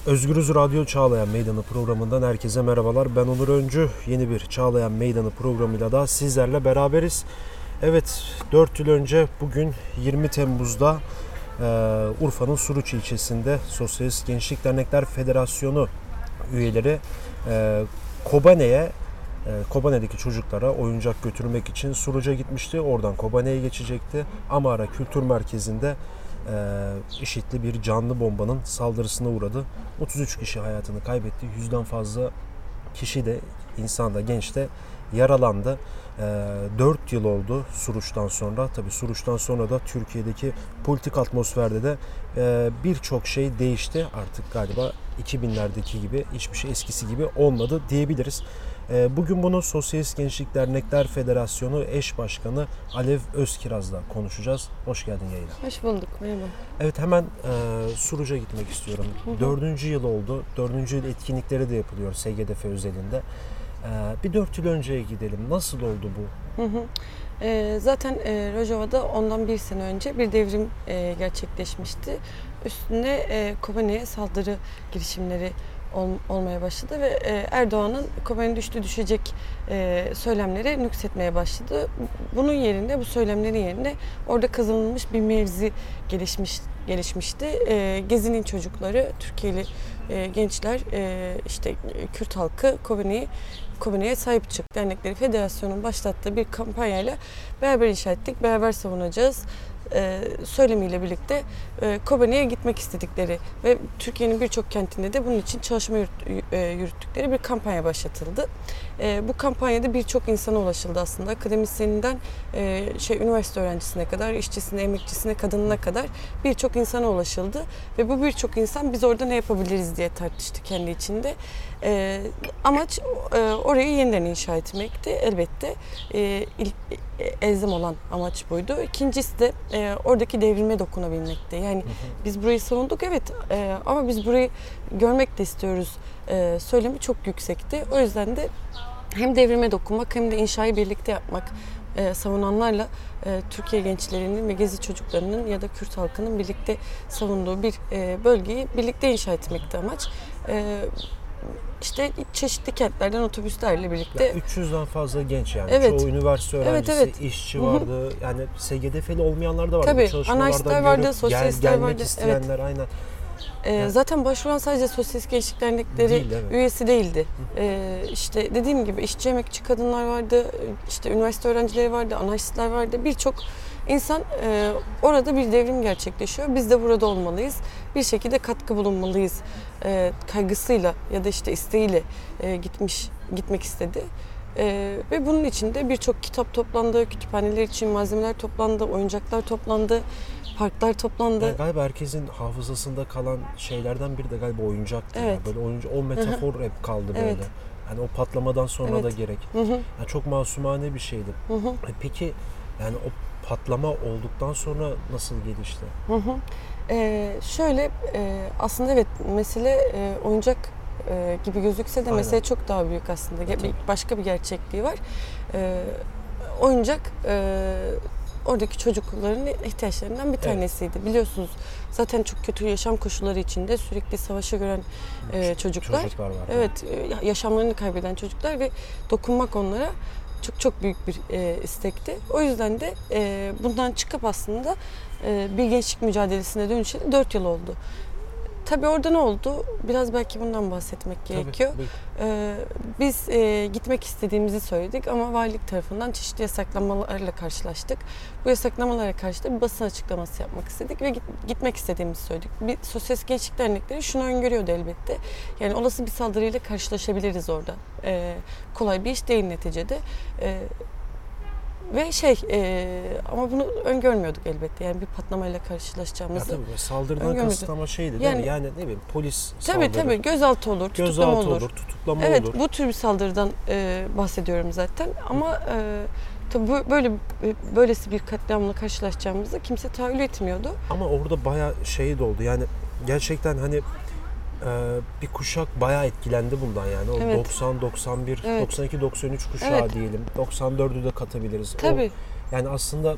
Özgürüz Radyo Çağlayan Meydanı programından herkese merhabalar. Ben Onur Öncü. Yeni bir Çağlayan Meydanı programıyla da sizlerle beraberiz. Evet, 4 yıl önce bugün 20 Temmuz'da Urfa'nın Suruç ilçesinde Sosyalist Gençlik Dernekler Federasyonu üyeleri Kobane'deki çocuklara oyuncak götürmek için Suruç'a gitmişti. Oradan Kobane'ye geçecekti. Amara Kültür Merkezi'nde IŞİD'li bir canlı bombanın saldırısına uğradı. 33 kişi hayatını kaybetti. 100'den fazla kişi de, insan da, genç de yaralandı. 4 yıl oldu Suruç'tan sonra. Tabii Suruç'tan sonra da Türkiye'deki politik atmosferde de birçok şey değişti. Artık galiba 2000'lerdeki gibi hiçbir şey eskisi gibi olmadı diyebiliriz. Bugün bunu Sosyalist Gençlik Dernekler Federasyonu eş başkanı Alev Özkiraz'la konuşacağız. Hoş geldin yayına. Hoş bulduk, merhaba. Evet, hemen Suruç'a gitmek istiyorum. 4. yıl oldu. 4. yıl etkinlikleri de yapılıyor SGDF özelinde. Bir 4 yıl önceye gidelim. Nasıl oldu bu? Zaten Rojava'da ondan bir sene önce bir devrim gerçekleşmişti. Üstüne Kobane'ye saldırı girişimleri olmaya başladı ve Erdoğan'ın Kobane düşecek söylemleri nüksetmeye başladı. Bu söylemlerin yerine orada kazanılmış bir mevzi gelişmişti. Gezi'nin çocukları, Türkiye'li gençler, işte Kürt halkı Kobane'ye sahip çık dernekleri federasyonun başlattığı bir kampanyayla beraber inşa ettik, beraber savunacağız söylemiyle birlikte Kobane'ye gitmek istedikleri ve Türkiye'nin birçok kentinde de bunun için çalışma yürüttükleri bir kampanya başlatıldı. Bu kampanyada birçok insana ulaşıldı aslında. Akademisyeninden üniversite öğrencisine kadar, işçisine, emekçisine, kadınına kadar birçok insana ulaşıldı. Ve bu birçok insan biz orada ne yapabiliriz diye tartıştı kendi içinde. Amaç orayı yeniden inşa etmekti elbette. Elzem olan amaç buydu. İkincisi de oradaki devrime dokunabilmekti. Yani biz burayı savunduk, evet, ama biz burayı görmek de istiyoruz söylemi çok yüksekti. O yüzden de hem devrime dokunmak hem de inşayı birlikte yapmak, savunanlarla Türkiye gençlerinin ve Gezi çocuklarının ya da Kürt halkının birlikte savunduğu bir bölgeyi birlikte inşa etmekti amaç. İşte çeşitli kentlerden otobüslerle birlikte. Ya 300'den fazla genç yani. Evet. Çoğu üniversite öğrencisi, evet. işçi vardı. Yani SGDF'li olmayanlar da vardı. Tabii, anarşistler vardı, sosyalistler gelmek vardı. isteyenler, aynen. Zaten başvuran sadece Sosyalist Gençlik Dernekleri Değil, evet. üyesi değildi. İşte dediğim gibi işçi, emekçi kadınlar vardı, işte üniversite öğrencileri vardı, anarşistler vardı. Birçok insan orada bir devrim gerçekleşiyor. Biz de burada olmalıyız. Bir şekilde katkı bulunmalıyız kaygısıyla ya da işte isteğiyle gitmek istedi. Ve bunun için de birçok kitap toplandı, kütüphaneler için malzemeler toplandı, oyuncaklar toplandı, parklar toplandı. Yani galiba herkesin hafızasında kalan şeylerden biri de galiba oyuncaktı. Evet. Yani böyle o metafor hep kaldı böyle. Evet. Yani o patlamadan sonra da gerek. Yani çok masumane bir şeydi. Peki yani o patlama olduktan sonra nasıl gelişti? Aslında evet, mesele oyuncak gibi gözükse de Aynen. mesele çok daha büyük aslında. Başka bir gerçekliği var. Oyuncak oradaki çocukların ihtiyaçlarından bir tanesiydi. Biliyorsunuz zaten çok kötü yaşam koşulları içinde sürekli savaşı gören çocuklar var. Evet, yaşamlarını kaybeden çocuklar ve dokunmak onlara çok büyük bir istekti. O yüzden de bundan çıkıp aslında bir gençlik mücadelesine dönüşeli 4 yıl oldu. Tabii orada ne oldu? Biraz belki bundan bahsetmek gerekiyor. Biz gitmek istediğimizi söyledik ama valilik tarafından çeşitli yasaklamalarla karşılaştık. Bu yasaklamalara karşı da bir basın açıklaması yapmak istedik ve gitmek istediğimizi söyledik. Bir Sosyalist Gençlik Dernekleri şunu öngörüyordu elbette. Yani olası bir saldırıyla karşılaşabiliriz orada. Kolay bir iş değil neticede. Ve ama bunu öngörmüyorduk elbette. Yani bir patlamayla karşılaşacağımızı. Ya tabii saldırıdan kasıt ama şeydi değil mi? Yani ne bileyim, polis saldırı. Tabii gözaltı olur, tutuklama olur. Tutuklama evet, olur. Bu tür bir saldırıdan bahsediyorum zaten. Ama tabii böylesi bir katliamla karşılaşacağımızı kimse tahayyül etmiyordu. Ama orada bayağı şey de oldu. Yani gerçekten hani bir kuşak bayağı etkilendi bundan yani. O Evet. 90, 91, Evet. 92, 93 kuşağı diyelim. 94'ü de katabiliriz. Tabii. Yani aslında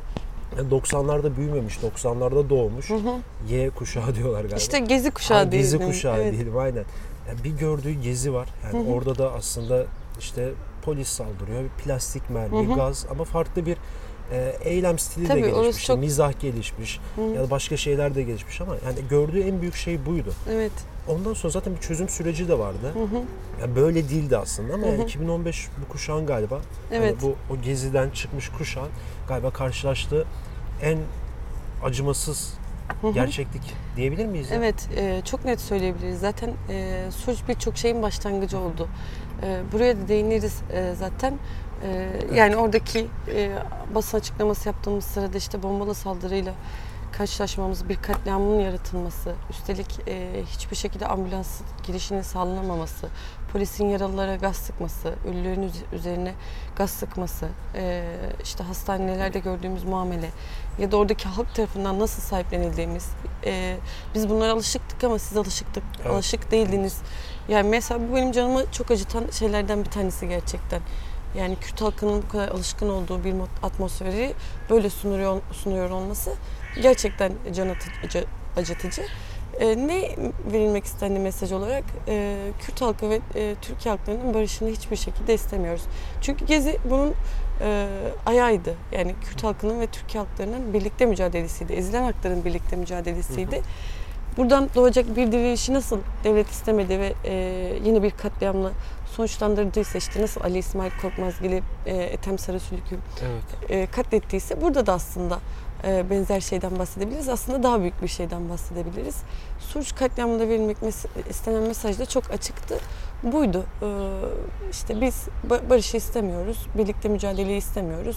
Yani 90'larda büyümemiş, 90'larda doğmuş. Y kuşağı diyorlar galiba. İşte Gezi kuşağı diyelim. Gezi kuşağı Evet. diyelim aynen. Yani bir gördüğü gezi var. Yani orada da aslında işte polis saldırıyor, bir plastik mermi, gaz ama farklı bir eylem stili Tabii, de orası gelişmiş, çok- mizah gelişmiş ya da başka şeyler de gelişmiş ama yani gördüğü en büyük şey buydu. Evet. Ondan sonra zaten bir çözüm süreci de vardı. Yani böyle değildi aslında ama yani 2015 bu kuşağın galiba Evet. hani bu o geziden çıkmış kuşağın galiba karşılaştığı en acımasız gerçeklik diyebilir miyiz? Ya? Evet, çok net söyleyebiliriz. Zaten Suruç birçok şeyin başlangıcı oldu. Buraya da değiniriz zaten. Yani oradaki basın açıklaması yaptığımız sırada işte bombalı saldırıyla karşılaşmamız, bir katliamın yaratılması, üstelik hiçbir şekilde ambulans girişinin sağlanamaması, polisin yaralılara gaz sıkması, ölülerin üzerine gaz sıkması, işte hastanelerde gördüğümüz muamele ya da oradaki halk tarafından nasıl sahiplenildiğimiz, biz bunlara alışıktık ama siz alışık değildiniz. Yani mesela bu benim canımı çok acıtan şeylerden bir tanesi gerçekten. Yani Kürt halkının bu kadar alışkın olduğu bir atmosferi böyle sunuyor olması gerçekten can acıtıcı. Ne verilmek istendi mesaj olarak? Kürt halkı ve Türkiye halklarının barışını hiçbir şekilde istemiyoruz. Çünkü Gezi bunun ayağıydı. Yani Kürt halkının ve Türkiye halklarının birlikte mücadelesiydi. Ezilen halkların birlikte mücadelesiydi. Buradan doğacak bir direnişi nasıl devlet istemedi ve yine bir katliamla sonuçlandırdıysa, işte nasıl Ali İsmail Korkmazgil'i, Ethem Sarısülük'ü katlettiyse burada da aslında benzer şeyden bahsedebiliriz. Aslında daha büyük bir şeyden bahsedebiliriz. Suruç katliamında verilmek istenen mesaj da çok açıktı. Buydu. İşte biz barışı istemiyoruz, birlikte mücadeleyi istemiyoruz.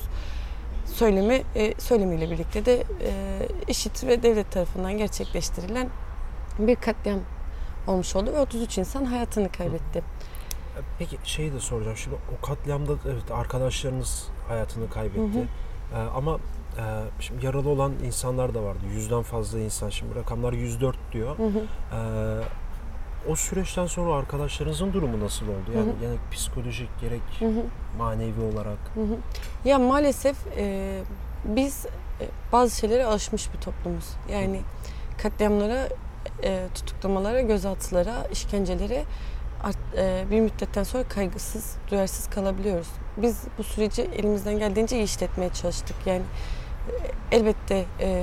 Söylemiyle birlikte de IŞİD ve devlet tarafından gerçekleştirilen bir katliam olmuş oldu ve 33 insan hayatını kaybetti. Peki şeyi de soracağım. Şimdi o katliamda evet arkadaşlarınız hayatını kaybetti. Ama şimdi yaralı olan insanlar da vardı. 100'den fazla insan. Şimdi rakamlar 104 diyor. O süreçten sonra arkadaşlarınızın durumu nasıl oldu? Yani gerek psikolojik gerek manevi olarak. Ya maalesef biz bazı şeylere alışmış bir toplumuz. Yani katliamlara, tutuklamalara, gözaltılara, işkencelere bir müddetten sonra kaygısız, duyarsız kalabiliyoruz. Biz bu süreci elimizden geldiğince iyi işletmeye çalıştık. Yani elbette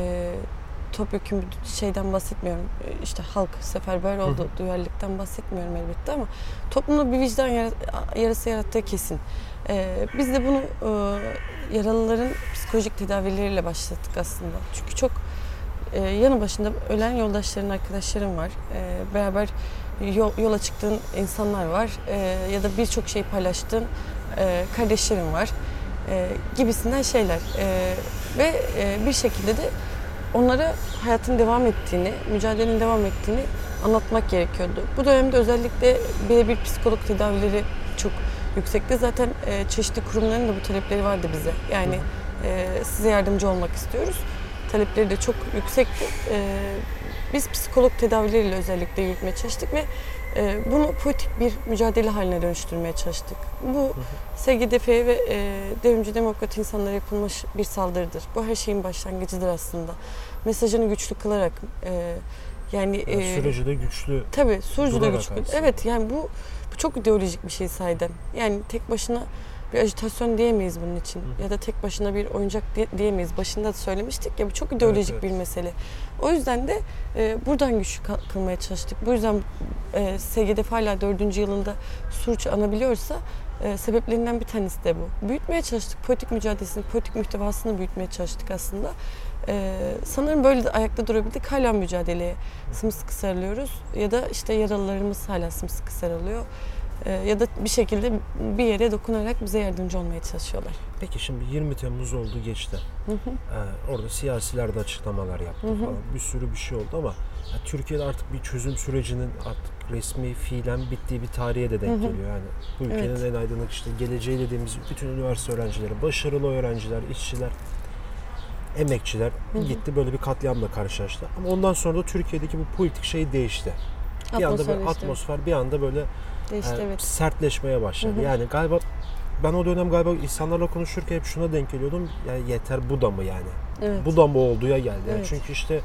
topyekun bir şeyden bahsetmiyorum. İşte halk seferber oldu, duyarlılıktan bahsetmiyorum elbette ama toplumda bir vicdan yarası yarattığı kesin. Biz de bunu yaralıların psikolojik tedavileriyle başlattık aslında. Çünkü çok yanı başında ölen yoldaşların, arkadaşlarım var. Beraber yola çıktığın insanlar var. Ya da birçok şey paylaştığın kardeşlerim var. Gibisinden şeyler. Ve bir şekilde de onlara hayatın devam ettiğini, mücadelenin devam ettiğini anlatmak gerekiyordu. Bu dönemde özellikle birebir psikolog tedavileri çok yüksekti. Zaten çeşitli kurumların da bu talepleri vardı bize. Yani size yardımcı olmak istiyoruz. Talepleri de çok yüksekti. Biz psikolog tedavileriyle özellikle yürütmeye çalıştık ve bunu politik bir mücadele haline dönüştürmeye çalıştık. Bu SGDF'ye ve devrimci demokrat insanlara yapılmış bir saldırıdır. Bu her şeyin başlangıcıdır aslında. Mesajını güçlü kılarak yani süreci de güçlü. Tabii süreci de güçlü. Aslında. Evet yani bu çok ideolojik bir şey sahiden. Yani tek başına bir ajitasyon diyemeyiz bunun için. Ya da tek başına bir oyuncak diyemeyiz. Başında da söylemiştik ya, bu çok ideolojik bir mesele. O yüzden de buradan güçlü kılmaya çalıştık. Bu yüzden SGDF hala 4. yılında Suruç anabiliyorsa sebeplerinden bir tanesi de bu. Büyütmeye çalıştık. Politik mücadelesini, politik muhtevasını büyütmeye çalıştık aslında. Sanırım böyle de ayakta durabildik. Hala mücadeleye sımsıkı sarılıyoruz. Ya da işte yaralılarımız hala sımsıkı sarılıyor. Ya da bir şekilde bir yere dokunarak bize yardımcı olmaya çalışıyorlar. Peki şimdi 20 Temmuz oldu geçti. Orada siyasiler de açıklamalar yaptı falan. Bir sürü bir şey oldu ama Türkiye'de artık bir çözüm sürecinin artık resmi fiilen bittiği bir tarihe de denk geliyor. Yani bu ülkenin en aydınlık işte geleceği dediğimiz bütün üniversite öğrencileri, başarılı öğrenciler, işçiler, emekçiler gitti böyle bir katliamla karşılaştı. Ama ondan sonra da Türkiye'deki bu politik şey değişti. Bir anda böyle atmosfer bir anda böyle değişti, evet. sertleşmeye başladı. Yani galiba ben o dönem galiba insanlarla konuşurken hep şuna denk geliyordum. Yani yeter, bu da mı yani? Evet. Bu da mı olduya geldi? Yani Evet. çünkü işte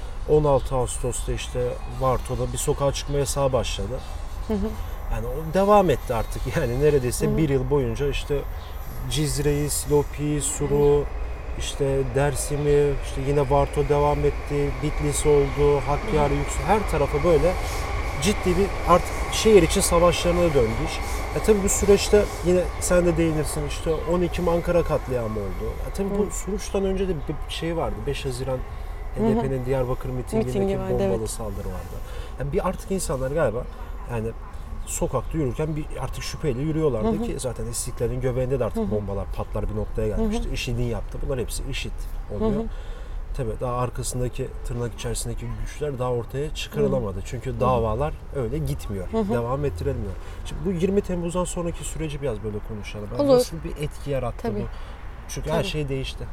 16 Ağustos'ta işte Varto'da bir sokağa çıkma yasağı başladı. Yani o devam etti artık. Yani neredeyse bir yıl boyunca işte Cizre'yi, Silopi'yi, Sur'u, işte Dersim'i, işte yine Varto devam etti, Bitlis oldu, Hakkari, Yüksel, her tarafa böyle ciddi bir artık şehir için savaşlarına döndü iş. Tabii bu süreçte yine sen de değinirsin, işte 12 Ankara katliamı oldu. Tabii bu Suruç'tan önce de bir şey vardı. 5 Haziran HDP'nin Diyarbakır mitingindeki Mitingi vardı, bombalı evet. saldırı vardı. Yani bir artık insanlar galiba yani sokakta yürürken bir artık şüpheyle yürüyorlardı ki zaten İstiklal'in göbeğinde de artık bombalar patlar bir noktaya gelmişti. IŞİD'in yaptı. Bunlar hepsi IŞİD oluyor. Tabii daha arkasındaki tırnak içerisindeki güçler daha ortaya çıkarılamadı. Çünkü davalar öyle gitmiyor. Devam ettirilmiyor. Şimdi bu 20 Temmuz'dan sonraki süreci biraz böyle konuşalım. Yani Olur. nasıl bir etki yarattı Tabii. bu? Çünkü her şey değişti.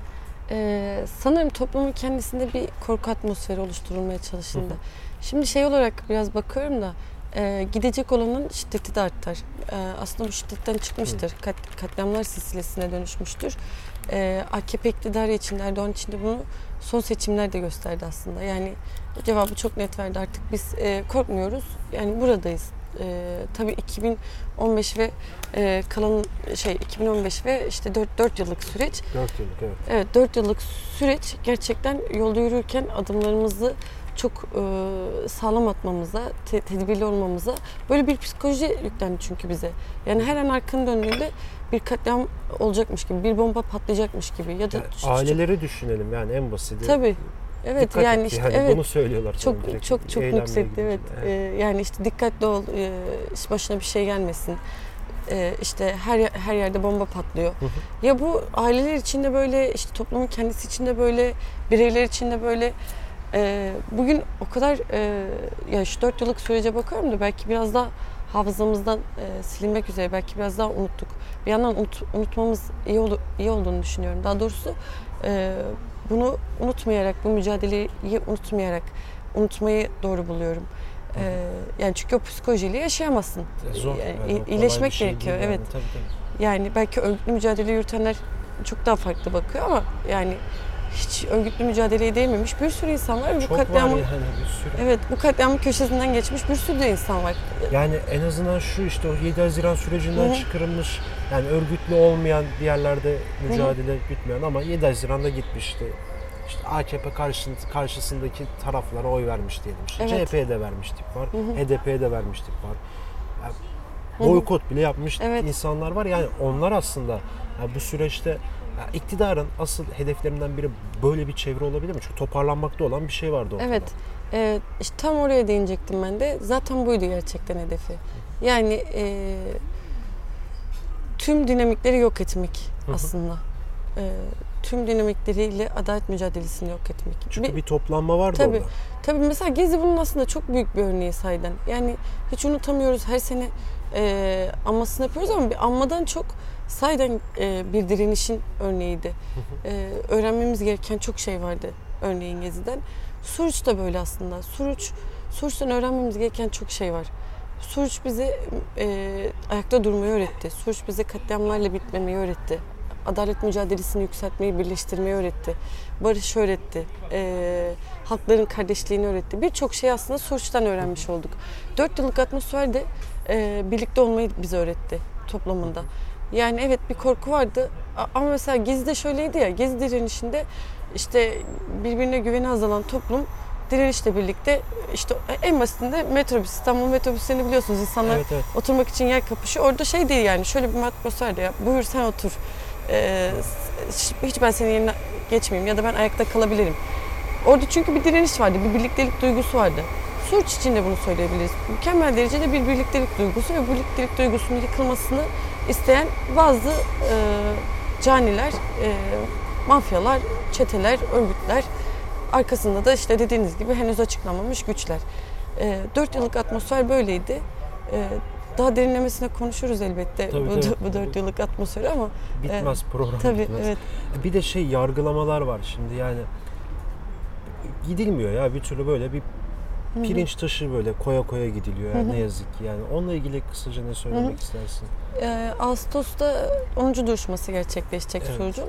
Sanırım toplumun kendisinde bir korku atmosferi oluşturulmaya çalışıldı. Şimdi şey olarak biraz bakıyorum da gidecek olanın şiddeti de artar. Aslında bu şiddetten çıkmıştır. Katliamlar silsilesine dönüşmüştür. AKP iktidarı için, Erdoğan için de bunu son seçimler de gösterdi aslında. Yani cevabı çok net verdi, artık biz korkmuyoruz. Yani buradayız. Tabii 2015 ve kalan 2015 ve işte 4 yıllık süreç. 4 yıllık, evet. Evet, 4 yıllık süreç gerçekten yolda yürürken adımlarımızı çok sağlam atmamıza, tedbirli olmamıza, böyle bir psikoloji yüklendi çünkü bize. Yani her an arkanı döndüğünde bir katliam olacakmış gibi, bir bomba patlayacakmış gibi ya da Yani aileleri düşünelim yani en basiti. tabii. Evet, Dikkat yani et, işte yani evet. bunu söylüyorlar sana Çok direkt. çok çok Eylemle yüksekti, ilgili. evet. Yani işte dikkatli ol, başına bir şey gelmesin. İşte her yerde bomba patlıyor. Ya bu aileler içinde böyle, işte toplumun kendisi içinde böyle, bireyler içinde böyle. Bugün o kadar ya şu 4 yıllık sürece bakıyorum da belki biraz daha hafızamızdan silinmek üzere, belki biraz daha unuttuk. Bir yandan unutmamız iyi olduğunu düşünüyorum. Daha doğrusu bunu unutmayarak, bu mücadeleyi unutmayarak unutmayı doğru buluyorum. Yani çünkü o psikolojiyle yaşayamazsın. Zor. Yani iyileşmek şey gerekiyor. değil Evet. yani. Tabii. Yani belki örgütlü mücadele yürütenler çok daha farklı bakıyor ama yani hiç örgütlü mücadeleye değmemiş bir sürü insan var. Çok Bu katliamın, var yani bir sürü. evet, bu katliamın köşesinden geçmiş bir sürü de insan var. Yani en azından şu işte o 7 Haziran sürecinden çıkarılmış, yani örgütlü olmayan, bir yerlerde mücadele gütmeyen ama 7 Haziran'da gitmişti. İşte AKP karşısındaki taraflara oy vermiş diyelim. İşte Evet. CHP'ye de vermiş tip var, HDP'ye de vermiş tip var. Yani boykot bile yapmış Evet. insanlar var. Yani onlar aslında yani bu süreçte iktidarın asıl hedeflerinden biri böyle bir çevre olabilir mi? Çünkü toparlanmakta olan bir şey vardı ortada. Evet. İşte tam oraya değinecektim ben de. Zaten buydu gerçekten hedefi. Yani tüm dinamikleri yok etmek aslında. Tüm dinamikleriyle adalet mücadelesini yok etmek. Çünkü bir toplanma vardı tabii, orada. Tabii mesela Gezi bunun aslında çok büyük bir örneği sahiden. Yani hiç unutamıyoruz, her sene anmasını yapıyoruz ama bir anmadan çok sahiden bir direnişin örneğiydi. Öğrenmemiz gereken çok şey vardı örneğin Gezi'den. Suruç da böyle aslında. Suruç'tan öğrenmemiz gereken çok şey var. Suruç bize ayakta durmayı öğretti. Suruç bize katliamlarla bitmemeyi öğretti. Adalet mücadelesini yükseltmeyi, birleştirmeyi öğretti. Barış öğretti. Halkların kardeşliğini öğretti. Birçok şey aslında Suruç'tan öğrenmiş olduk. 4 yıllık atmosferde birlikte olmayı bize öğretti toplumunda. Yani evet, bir korku vardı ama mesela Gezi'de şöyleydi ya, Gezi direnişinde işte birbirine güveni azalan toplum direnişle birlikte işte en basitinde metrobüs, İstanbul metrobüslerini biliyorsunuz, insanlar Evet. oturmak için yer kapışıyor. Orada şey değil yani, şöyle bir atmosferde ya, buyur sen otur. Hiç ben senin yerine geçmeyeyim ya da ben ayakta kalabilirim. Orada çünkü bir direniş vardı, bir birliktelik duygusu vardı. Suruç için de bunu söyleyebiliriz. Mükemmel derecede bir birliktelik duygusu ve bu birliktelik duygusunun yıkılmasını isteyen bazı caniler, mafyalar, çeteler, örgütler, arkasında da işte dediğiniz gibi henüz açıklanmamış güçler. 4 yıllık atmosfer böyleydi. Daha derinlemesine konuşuruz elbette Tabii. bu 4 yıllık atmosferi ama Bitmez program, tabii, bitmez. evet. Bir de yargılamalar var şimdi, yani gidilmiyor ya bir türlü, böyle bir pirinç taşı böyle koya koya gidiliyor yani ne yazık ki. Yani onunla ilgili kısaca ne söylemek istersin? Ağustos'ta 10. duruşması gerçekleşecek Evet. Suruç'un.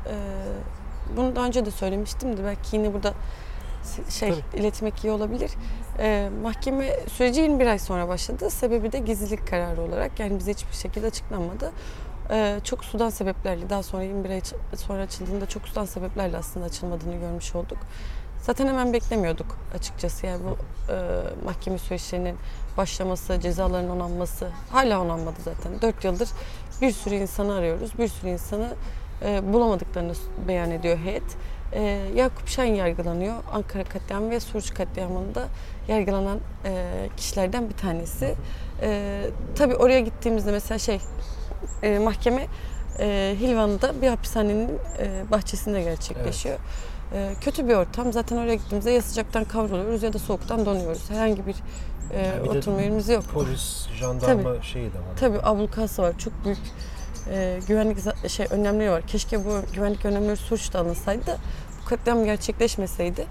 Bunu daha önce de söylemiştim de belki yine burada iletmek iyi olabilir. Mahkeme süreci 21 ay sonra başladı. Sebebi de gizlilik kararı olarak, yani bize hiçbir şekilde açıklanmadı. Çok sudan sebeplerle, daha sonra 21 ay sonra açıldığında çok sudan sebeplerle aslında açılmadığını görmüş olduk. Zaten hemen beklemiyorduk açıkçası. Yani bu mahkeme süreçlerinin başlaması, cezaların onanması hala onanmadı zaten. 4 yıldır bir sürü insanı arıyoruz. Bir sürü insanı bulamadıklarını beyan ediyor heyet. Yakup Şahin yargılanıyor. Ankara katliamı ve Suruç katliamında yargılanan kişilerden bir tanesi. Tabii oraya gittiğimizde mesela mahkeme Hilvan'da bir hapishanenin bahçesinde gerçekleşiyor. Evet. Kötü bir ortam. Zaten oraya gittiğimizde ya sıcaktan kavruluyoruz ya da soğuktan donuyoruz. Herhangi bir oturma yerimiz yok. Polis, jandarma şeyi de var. Tabii ablukası var. Çok büyük güvenlik önlemleri var. Keşke bu güvenlik önlemleri Suruç'ta alınsaydı da bu katliam gerçekleşmeseydi.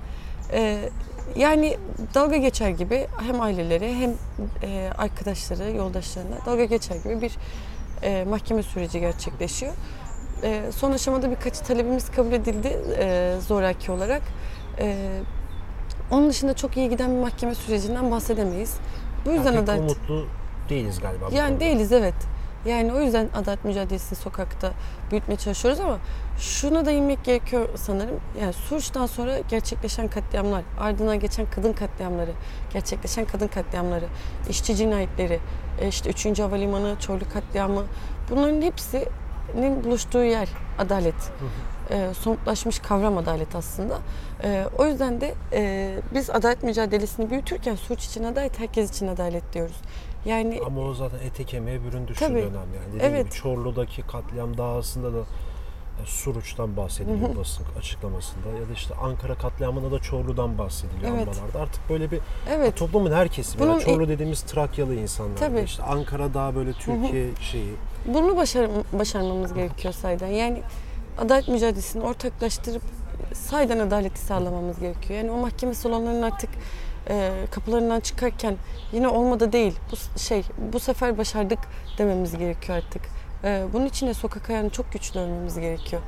Yani dalga geçer gibi hem aileleri hem arkadaşları, yoldaşlarına dalga geçer gibi bir mahkeme süreci gerçekleşiyor. Son aşamada birkaç talebimiz kabul edildi zoraki olarak. Onun dışında çok iyi giden bir mahkeme sürecinden bahsedemeyiz. Bu yüzden pek umutlu değiliz galiba. Yani değiliz, evet. Yani o yüzden adalet mücadelesini sokakta büyütmeye çalışıyoruz ama şuna da inmek gerekiyor sanırım. Yani Suruç'tan sonra gerçekleşen katliamlar, ardından geçen kadın katliamları, gerçekleşen kadın katliamları, işçi cinayetleri, işte 3. Havalimanı, Çorlu katliamı, bunların hepsinin buluştuğu yer adalet. Somutlaşmış kavram adalet aslında. O yüzden de biz adalet mücadelesini büyütürken Suruç için adalet, herkes için adalet diyoruz. Yani ama o zaten ete kemiğe büründü şu tabii, dönem yani. Dediğim evet. gibi Çorlu'daki katliam dahasında da Suruç'tan bahsediliyor basın açıklamasında ya da işte Ankara katliamında da Çorlu'dan bahsediliyor anmalarda. Artık böyle bir toplumun her kesimi. Yani Çorlu dediğimiz Trakyalı insanlar. Tabii. İşte Ankara daha böyle Türkiye şeyi. Bunu başarmamız gerekiyor sayeden. Yani adalet mücadelesini ortaklaştırıp sayeden adaleti sağlamamız gerekiyor. Yani o mahkeme salonlarının artık kapılarından çıkarken yine olmadı değil. Bu sefer başardık dememiz gerekiyor artık. Bunun için de sokak ayağını çok güçlü örmemiz gerekiyor.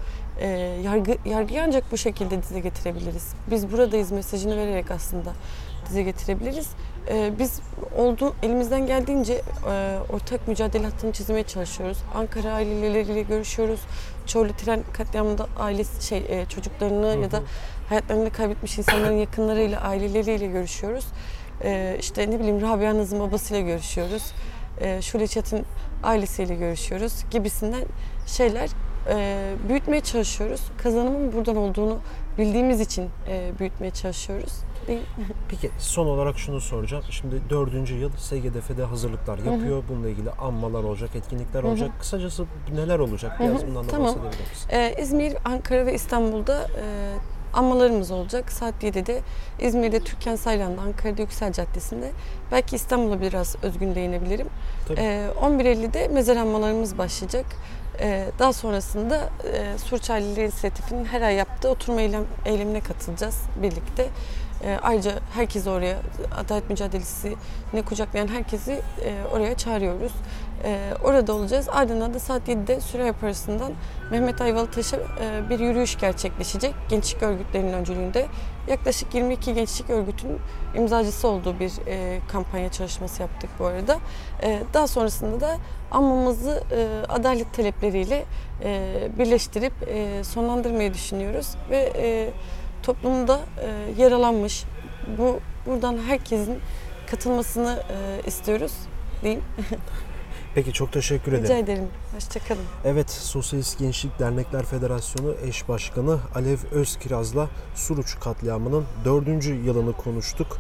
Yargıyı ancak bu şekilde dize getirebiliriz. Biz buradayız mesajını vererek aslında dize getirebiliriz. Biz elimizden geldiğince ortak mücadele hattını çizmeye çalışıyoruz. Ankara aileleriyle görüşüyoruz. Çorlu tren katliamında çocuklarını ya da hayatlarını kaybetmiş insanların yakınlarıyla, aileleriyle görüşüyoruz. İşte ne bileyim Rabia Naz'ın babasıyla görüşüyoruz. Şule Çat'ın ailesiyle görüşüyoruz gibisinden şeyler büyütmeye çalışıyoruz. Kazanımın buradan olduğunu bildiğimiz için büyütmeye çalışıyoruz. Peki son olarak şunu soracağım. Şimdi 4. yıl SGDF'de hazırlıklar yapıyor. Bununla ilgili anmalar olacak, etkinlikler olacak. Kısacası neler olacak? Biraz bundan da bahsedebilir misin? İzmir, Ankara ve İstanbul'da anmalarımız olacak. Saat 7'de İzmir'de Türkan Saylan'da, Ankara'da Yüksel Caddesi'nde. Belki İstanbul'a biraz özgün değinebilirim. 11.50'de mezar anmalarımız başlayacak. Daha sonrasında Suruç Aileleri İnisiyatifi'nin her ay yaptığı oturma eylemine katılacağız birlikte. Ayrıca herkesi oraya, adalet mücadelesini kucaklayan herkesi oraya çağırıyoruz. Orada olacağız. Ardından da saat 7'de Süreyya Parası'ndan Mehmet Ayvalıtaş'a bir yürüyüş gerçekleşecek. Gençlik örgütlerinin öncülüğünde. Yaklaşık 22 gençlik örgütünün imzacısı olduğu bir kampanya çalışması yaptık bu arada. Daha sonrasında da anmamızı adalet talepleriyle birleştirip sonlandırmayı düşünüyoruz. Ve toplumda yaralanmış, buradan herkesin katılmasını istiyoruz diyeyim. Peki çok teşekkür ederim. Rica ederim. Hoşçakalın. Evet, Sosyalist Gençlik Dernekler Federasyonu eş başkanı Alev Özkiraz'la Suruç katliamının 4. yılını konuştuk.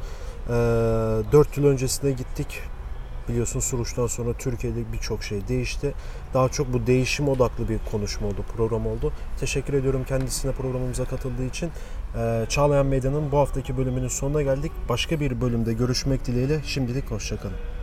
4 yıl öncesine gittik. Biliyorsun Suruç'tan sonra Türkiye'de birçok şey değişti. Daha çok bu değişim odaklı bir konuşma oldu, program oldu. Teşekkür ediyorum kendisine programımıza katıldığı için. Çağlayan Medya'nın bu haftaki bölümünün sonuna geldik. Başka bir bölümde görüşmek dileğiyle. Şimdilik hoşçakalın.